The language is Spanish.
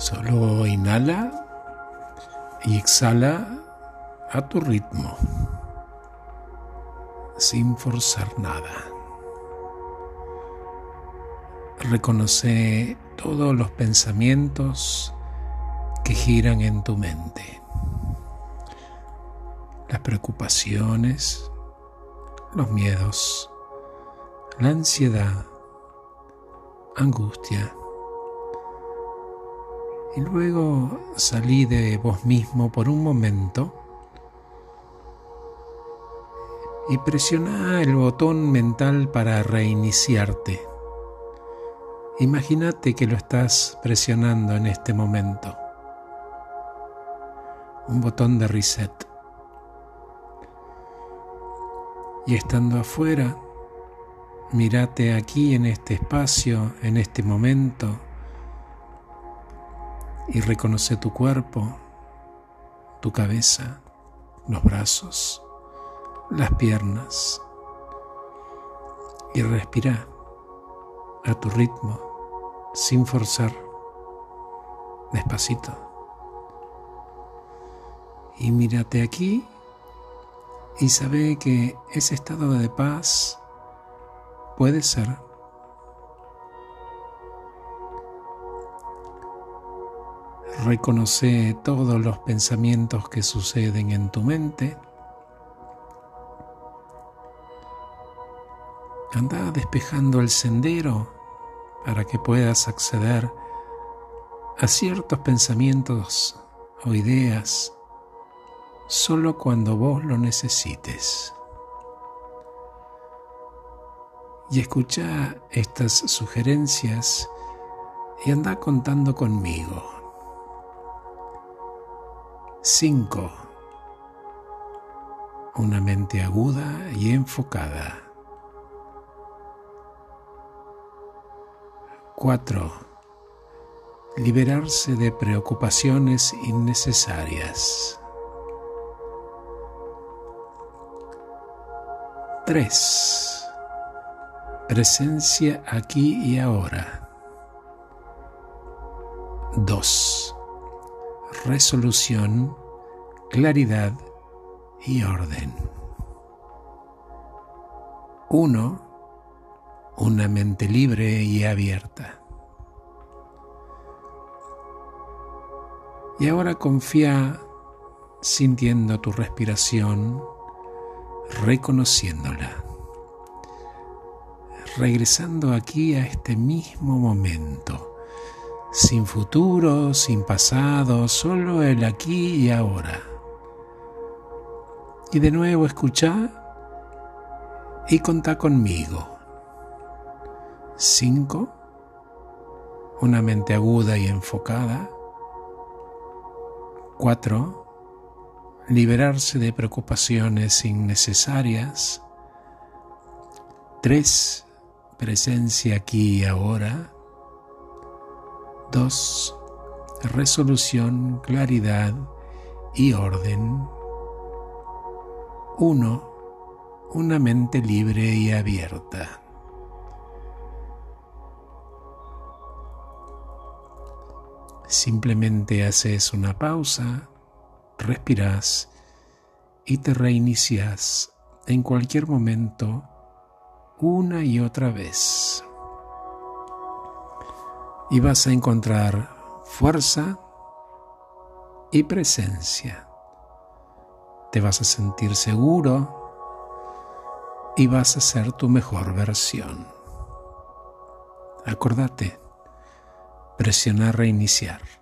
Solo inhala y exhala a tu ritmo, sin forzar nada. Reconoce todos los pensamientos que giran en tu mente, las preocupaciones, los miedos, la ansiedad, angustia. Y luego salí de vos mismo por un momento y presiona el botón mental para reiniciarte. Imagínate que lo estás presionando en este momento. Un botón de reset. Y estando afuera, mírate aquí en este espacio, en este momento, y reconoce tu cuerpo, tu cabeza, los brazos, las piernas, y respira a tu ritmo, sin forzar, despacito. Y mírate aquí y sabe que ese estado de paz puede ser. Reconoce todos los pensamientos que suceden en tu mente. Anda despejando el sendero para que puedas acceder a ciertos pensamientos o ideas solo cuando vos lo necesites. Y escucha estas sugerencias y anda contando conmigo. 5. Una mente aguda y enfocada. 4. Liberarse de preocupaciones innecesarias. 3. Presencia aquí y ahora. 2. Resolución, claridad y orden. 1. Una mente libre y abierta. Y ahora confía sintiendo tu respiración, reconociéndola, regresando aquí a este mismo momento. Sin futuro, sin pasado, solo el aquí y ahora. Y de nuevo escucha y contá conmigo. 5. Una mente aguda y enfocada. 4. Liberarse de preocupaciones innecesarias. 3. Presencia aquí y ahora. 2. Resolución, claridad y orden. 1. Una mente libre y abierta. Simplemente haces una pausa, respirás y te reinicias en cualquier momento, una y otra vez. Y vas a encontrar fuerza y presencia. Te vas a sentir seguro y vas a ser tu mejor versión. Acordate, presionar reiniciar.